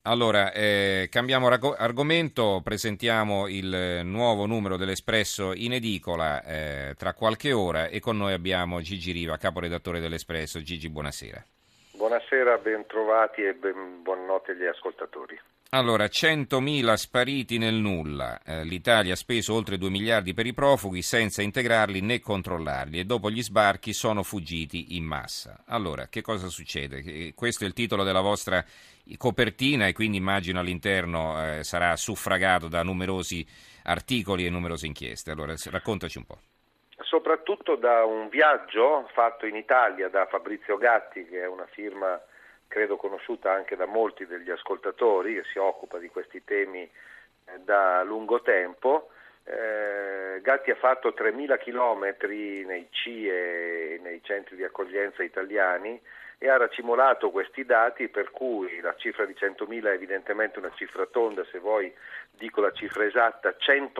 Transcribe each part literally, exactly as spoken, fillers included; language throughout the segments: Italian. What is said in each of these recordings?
Allora, eh, cambiamo rago- argomento, presentiamo il eh, nuovo numero dell'Espresso in edicola eh, tra qualche ora e con noi abbiamo Gigi Riva, caporedattore dell'Espresso. Gigi, buonasera. Buonasera, ben trovati e ben, buonanotte agli ascoltatori. Allora, centomila spariti nel nulla. Eh, L'Italia ha speso oltre due miliardi per i profughi senza integrarli né controllarli e dopo gli sbarchi sono fuggiti in massa. Allora, che cosa succede? Che- Questo è il titolo della vostra copertina e quindi immagino all'interno eh, sarà suffragato da numerosi articoli e numerose inchieste. Allora, s- raccontaci un po'. Soprattutto da un viaggio fatto in Italia da Fabrizio Gatti, che è una firma credo conosciuta anche da molti degli ascoltatori, che si occupa di questi temi eh, da lungo tempo. Eh, Gatti ha fatto tremila chilometri nei C I E e nei centri di accoglienza italiani e ha racimolato questi dati, per cui la cifra di centomila è evidentemente una cifra tonda. Se vuoi dico la cifra esatta: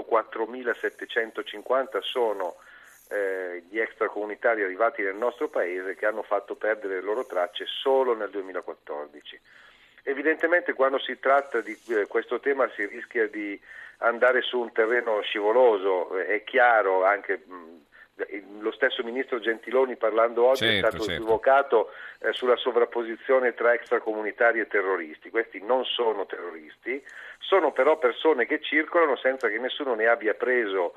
centoquattromilasettecentocinquanta sono eh, gli extracomunitari arrivati nel nostro paese che hanno fatto perdere le loro tracce solo nel duemilaquattordici. Evidentemente quando si tratta di eh, questo tema si rischia di andare su un terreno scivoloso. Eh, è chiaro anche mh, lo stesso ministro Gentiloni, parlando oggi, è Certo, stato certo. equivocato eh, sulla sovrapposizione tra extracomunitari e terroristi. Questi non sono terroristi, sono però persone che circolano senza che nessuno ne abbia preso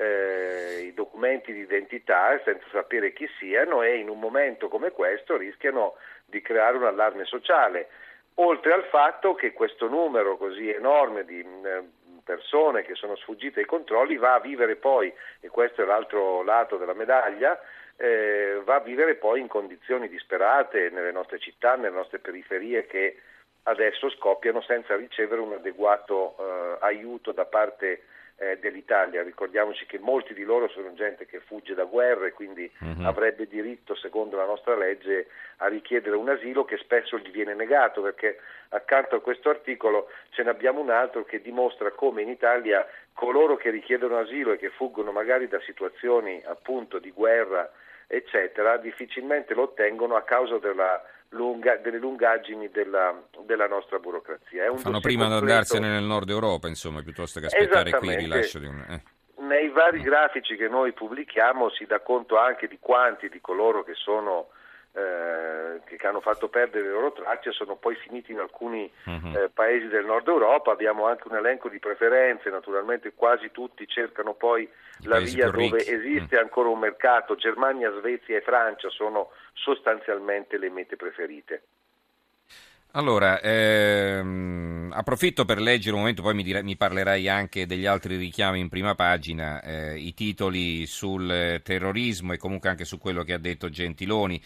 eh, i documenti di identità, senza sapere chi siano, e in un momento come questo rischiano di creare un allarme sociale. Oltre al fatto che questo numero così enorme di eh, persone che sono sfuggite ai controlli va a vivere poi, e questo è l'altro lato della medaglia, eh, va a vivere poi in condizioni disperate nelle nostre città, nelle nostre periferie, che adesso scoppiano senza ricevere un adeguato eh, aiuto da parte eh, dell'Italia. Ricordiamoci che molti di loro sono gente che fugge da guerre, quindi Mhm. avrebbe diritto, secondo la nostra legge, a richiedere un asilo che spesso gli viene negato, perché accanto a questo articolo ce ne abbiamo un altro che dimostra come in Italia coloro che richiedono asilo e che fuggono magari da situazioni appunto di guerra eccetera difficilmente lo ottengono a causa della lunga, delle lungaggini della, della nostra burocrazia. È un Fanno dossier prima ad completo. andarsene nel nord Europa, insomma, piuttosto che aspettare qui il Esattamente. rilascio di un... eh. Nei vari Mm. grafici che noi pubblichiamo si dà conto anche di quanti di coloro che sono eh, che, che hanno fatto perdere le loro tracce sono poi finiti in alcuni Mhm. eh, paesi del nord Europa. Abbiamo anche un elenco di preferenze, naturalmente quasi tutti cercano poi I la paesi via più dove ricchi. Mm. esiste ancora un mercato. Germania, Svezia e Francia sono sostanzialmente le mete preferite. Allora, ehm, approfitto per leggere un momento, poi mi, dire- mi parlerai anche degli altri richiami in prima pagina, eh, i titoli sul eh, terrorismo e comunque anche su quello che ha detto Gentiloni.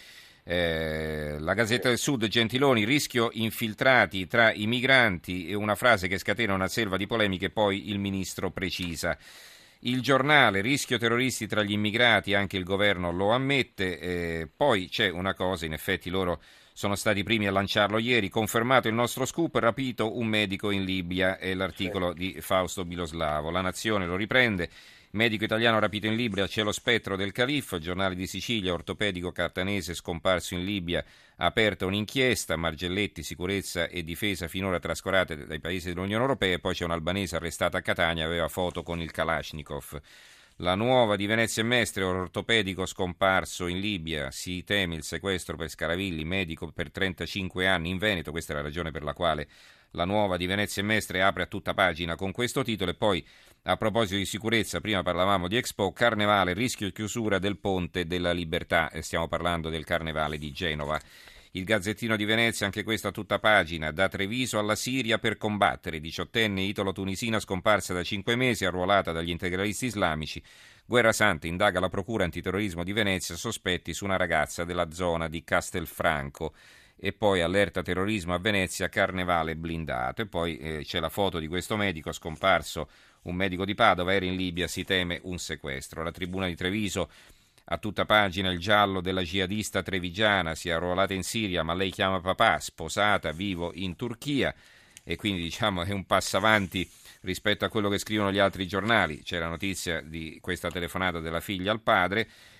Eh, la Sì. Gazzetta del Sud, Gentiloni, rischio infiltrati tra i migranti, e una frase che scatena una selva di polemiche, poi il ministro precisa. Il Giornale, rischio terroristi tra gli immigrati, anche il governo lo ammette. Eh, poi c'è una cosa, in effetti loro sono stati i primi a lanciarlo ieri, confermato il nostro scoop, rapito un medico in Libia, è Sì. l'articolo di Fausto Biloslavo. La Nazione lo riprende, medico italiano rapito in Libia, c'è lo spettro del califfo, giornale di Sicilia, ortopedico cartanese scomparso in Libia, aperta un'inchiesta, Margelletti, sicurezza e difesa finora trascurate dai paesi dell'Unione Europea, e poi c'è un albanese arrestato a Catania, aveva foto con il Kalashnikov. La nuova di Venezia e Mestre, ortopedico scomparso in Libia, si teme il sequestro per Scaravilli, medico per trentacinque anni in Veneto, questa è la ragione per la quale la nuova di Venezia e Mestre apre a tutta pagina con questo titolo. E poi, a proposito di sicurezza, prima parlavamo di Expo, Carnevale, rischio chiusura del Ponte della Libertà, e stiamo parlando del Carnevale di Genova. Il Gazzettino di Venezia, anche questa a tutta pagina, da Treviso alla Siria per combattere, diciottenne italo-tunisina scomparsa da cinque mesi, arruolata dagli integralisti islamici. Guerra Santa indaga la Procura Antiterrorismo di Venezia, sospetti su una ragazza della zona di Castelfranco. E poi allerta terrorismo a Venezia, carnevale blindato. E poi eh, c'è la foto di questo medico scomparso, un medico di Padova, era in Libia, si teme un sequestro. La Tribuna di Treviso, a tutta pagina, il giallo della jihadista trevigiana, si è arruolata in Siria ma lei chiama papà, sposata, vivo in Turchia, e quindi diciamo è un passo avanti rispetto a quello che scrivono gli altri giornali. C'è la notizia di questa telefonata della figlia al padre.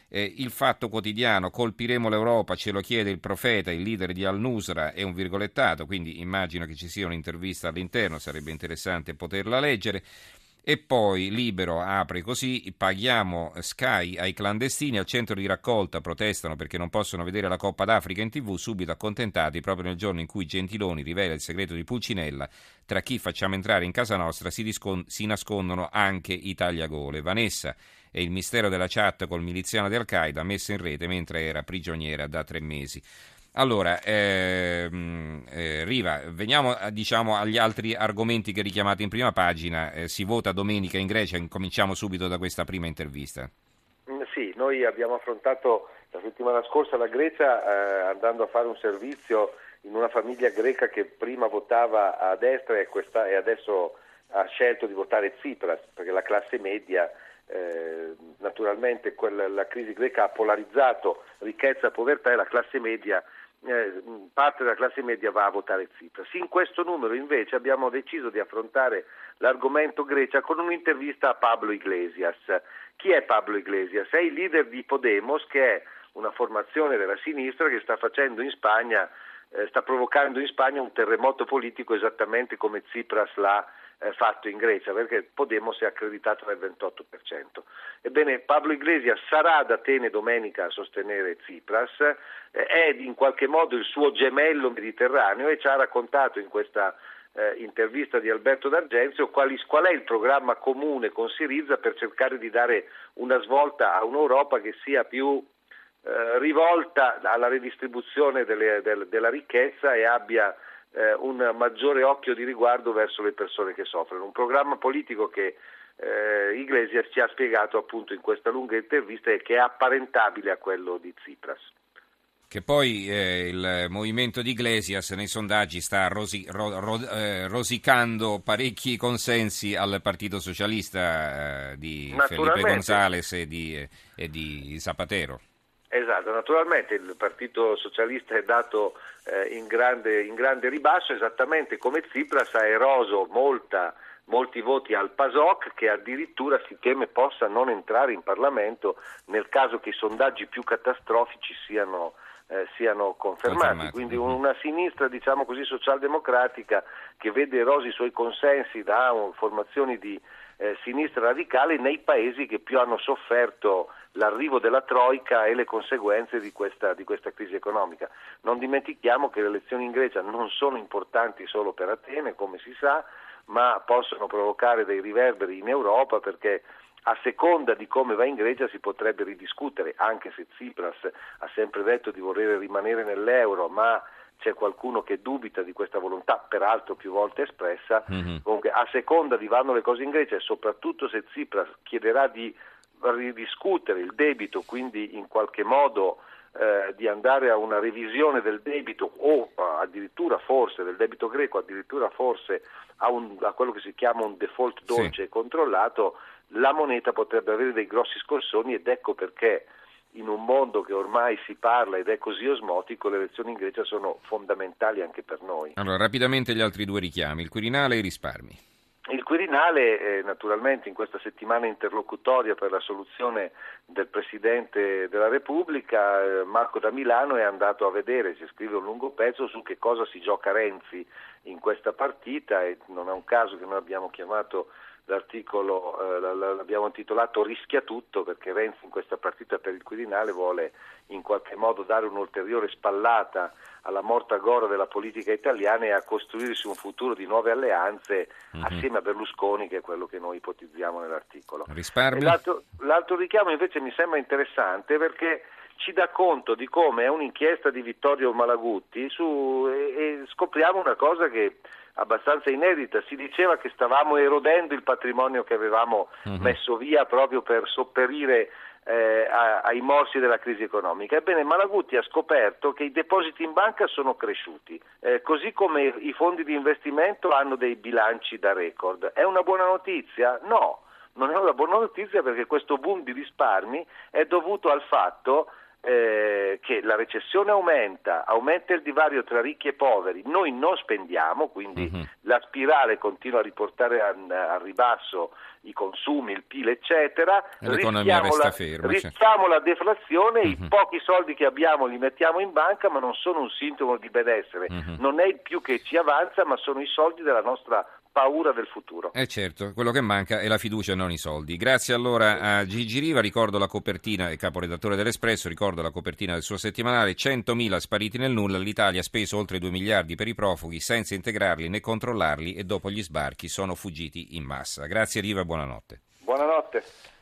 Eh, il Fatto Quotidiano, colpiremo l'Europa, ce lo chiede il profeta, il leader di Al-Nusra, è un virgolettato, quindi immagino che ci sia un'intervista all'interno, sarebbe interessante poterla leggere. E poi Libero apre così: paghiamo Sky ai clandestini, al centro di raccolta protestano perché non possono vedere la Coppa d'Africa in tv, subito accontentati proprio nel giorno in cui Gentiloni rivela il segreto di Pulcinella, tra chi facciamo entrare in casa nostra si, discon- si nascondono anche i tagliagole. Vanessa è il mistero della chat col miliziano di Al-Qaeda messa in rete mentre era prigioniera da tre mesi. Allora, ehm, eh, Riva, veniamo diciamo, agli altri argomenti che richiamate in prima pagina. Eh, si vota domenica in Grecia, incominciamo subito da questa prima intervista. Mm, sì, noi abbiamo affrontato la settimana scorsa la Grecia eh, andando a fare un servizio in una famiglia greca che prima votava a destra e, questa, e adesso ha scelto di votare Tsipras, perché la classe media, eh, naturalmente quella, la crisi greca ha polarizzato ricchezza e povertà e la classe media Eh, parte della classe media va a votare Tsipras. In questo numero invece abbiamo deciso di affrontare l'argomento Grecia con un'intervista a Pablo Iglesias. Chi è Pablo Iglesias? È il leader di Podemos, che è una formazione della sinistra che sta facendo in Spagna, eh, sta provocando in Spagna un terremoto politico esattamente come Tsipras l'ha eh, fatto in Grecia, perché Podemos è accreditato nel ventotto per cento. Ebbene, Pablo Iglesias sarà ad Atene domenica a sostenere Tsipras, eh, è in qualche modo il suo gemello mediterraneo e ci ha raccontato in questa eh, intervista di Alberto D'Argenzio quali, qual è il programma comune con Syriza per cercare di dare una svolta a un'Europa che sia più eh, rivolta alla redistribuzione delle, del, della ricchezza e abbia eh, un maggiore occhio di riguardo verso le persone che soffrono. Un programma politico che eh, Iglesias ci ha spiegato appunto in questa lunga intervista e che è apparentabile a quello di Tsipras. Che poi eh, il movimento di Iglesias nei sondaggi sta rosi, ro, ro, eh, rosicando parecchi consensi al Partito Socialista eh, di Felipe González e di, eh, e di Zapatero. Esatto, naturalmente il Partito Socialista è dato eh, in, grande, in grande ribasso, esattamente come Tsipras ha eroso molta, molti voti al PASOK, che addirittura si teme possa non entrare in Parlamento nel caso che i sondaggi più catastrofici siano, eh, siano confermati. confermati. Quindi una sinistra, diciamo così, socialdemocratica che vede erosi i suoi consensi da formazioni di eh, sinistra radicale nei paesi che più hanno sofferto l'arrivo della Troica e le conseguenze di questa, di questa crisi economica. Non dimentichiamo che le elezioni in Grecia non sono importanti solo per Atene, come si sa, ma possono provocare dei riverberi in Europa, perché a seconda di come va in Grecia si potrebbe ridiscutere, anche se Tsipras ha sempre detto di voler rimanere nell'euro, ma c'è qualcuno che dubita di questa volontà, peraltro più volte espressa. Mm-hmm. Comunque, a seconda di vanno le cose in Grecia e soprattutto se Tsipras chiederà di ridiscutere il debito, quindi in qualche modo eh, di andare a una revisione del debito o addirittura forse del debito greco, addirittura forse a, un, a quello che si chiama un default dolce e controllato, la moneta potrebbe avere dei grossi scossoni, ed ecco perché in un mondo che ormai si parla ed è così osmotico, le elezioni in Grecia sono fondamentali anche per noi. Allora, rapidamente gli altri due richiami, il Quirinale e i risparmi. Il Quirinale, eh, naturalmente in questa settimana interlocutoria per la soluzione del Presidente della Repubblica, eh, Marco da Milano è andato a vedere, si scrive un lungo pezzo su che cosa si gioca Renzi in questa partita, e non è un caso che noi abbiamo chiamato l'articolo, eh, l'abbiamo intitolato Rischia tutto, perché Renzi in questa partita per il Quirinale vuole in qualche modo dare un'ulteriore spallata alla morta gora della politica italiana e a costruirsi un futuro di nuove alleanze mm-hmm. assieme a Berlusconi, che è quello che noi ipotizziamo nell'articolo. Risparmio. L'altro, l'altro richiamo invece mi sembra interessante perché ci dà conto di come è un'inchiesta di Vittorio Malagutti su, e, e scopriamo una cosa che abbastanza inedita. Si diceva che stavamo erodendo il patrimonio che avevamo mm-hmm. messo via proprio per sopperire eh, a, ai morsi della crisi economica. Ebbene, Malagutti ha scoperto che i depositi in banca sono cresciuti, eh, così come i fondi di investimento hanno dei bilanci da record. È una buona notizia? No, non è una buona notizia, perché questo boom di risparmi è dovuto al fatto eh, che la recessione aumenta, aumenta il divario tra ricchi e poveri, noi non spendiamo, quindi uh-huh. la spirale continua a riportare al ribasso i consumi, il P I L, eccetera, l'economia resta ferma, rischiamo la deflazione, uh-huh. i pochi soldi che abbiamo li mettiamo in banca, ma non sono un sintomo di benessere, uh-huh. non è il più che ci avanza, ma sono i soldi della nostra paura del futuro. Eh certo, quello che manca è la fiducia e non i soldi. Grazie allora a Gigi Riva, ricordo la copertina, è caporedattore dell'Espresso, ricordo la copertina del suo settimanale, centomila spariti nel nulla, l'Italia ha speso oltre due miliardi per i profughi senza integrarli né controllarli e dopo gli sbarchi sono fuggiti in massa. Grazie Riva, buonanotte. Buonanotte.